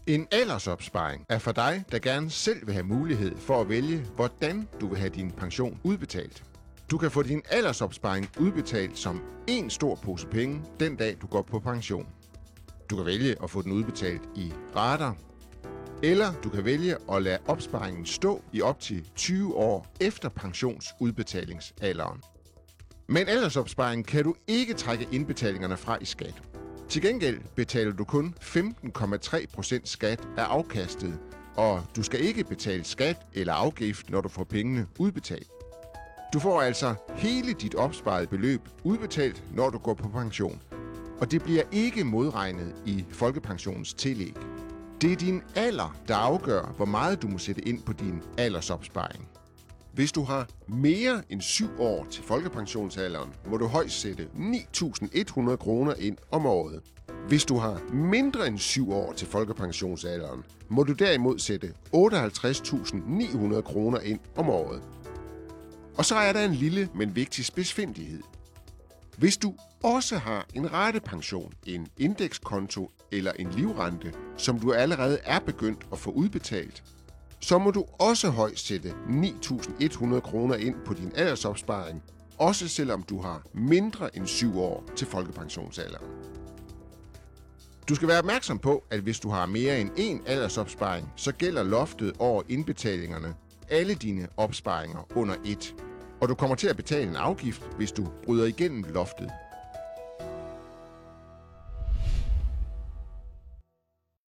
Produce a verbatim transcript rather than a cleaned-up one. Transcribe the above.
En aldersopsparing er for dig, der gerne selv vil have mulighed for at vælge, hvordan du vil have din pension udbetalt. Du kan få din aldersopsparing udbetalt som en stor pose penge, den dag du går på pension. Du kan vælge at få den udbetalt i rater, eller du kan vælge at lade opsparingen stå i op til tyve år efter pensionsudbetalingsalderen. Med en aldersopsparing kan du ikke trække indbetalingerne fra i skat. Til gengæld betaler du kun femten komma tre procent skat af afkastet, og du skal ikke betale skat eller afgift, når du får pengene udbetalt. Du får altså hele dit opsparede beløb udbetalt, når du går på pension, og det bliver ikke modregnet i folkepensionens tillæg. Det er din alder, der afgør, hvor meget du må sætte ind på din aldersopsparing. Hvis du har mere end syv år til folkepensionsalderen, må du højst sætte ni tusind et hundrede kroner ind om året. Hvis du har mindre end syv år til folkepensionsalderen, må du derimod sætte otteoghalvtreds tusind ni hundrede kroner ind om året. Og så er der en lille, men vigtig spidsfindighed. Hvis du også har en ratepension, en indekskonto eller en livrente, som du allerede er begyndt at få udbetalt, så må du også højst sætte ni tusind et hundrede kroner ind på din aldersopsparing, også selvom du har mindre end syv år til folkepensionsalderen. Du skal være opmærksom på, at hvis du har mere end én aldersopsparing, så gælder loftet over indbetalingerne alle dine opsparinger under et, og du kommer til at betale en afgift, hvis du bryder igennem loftet.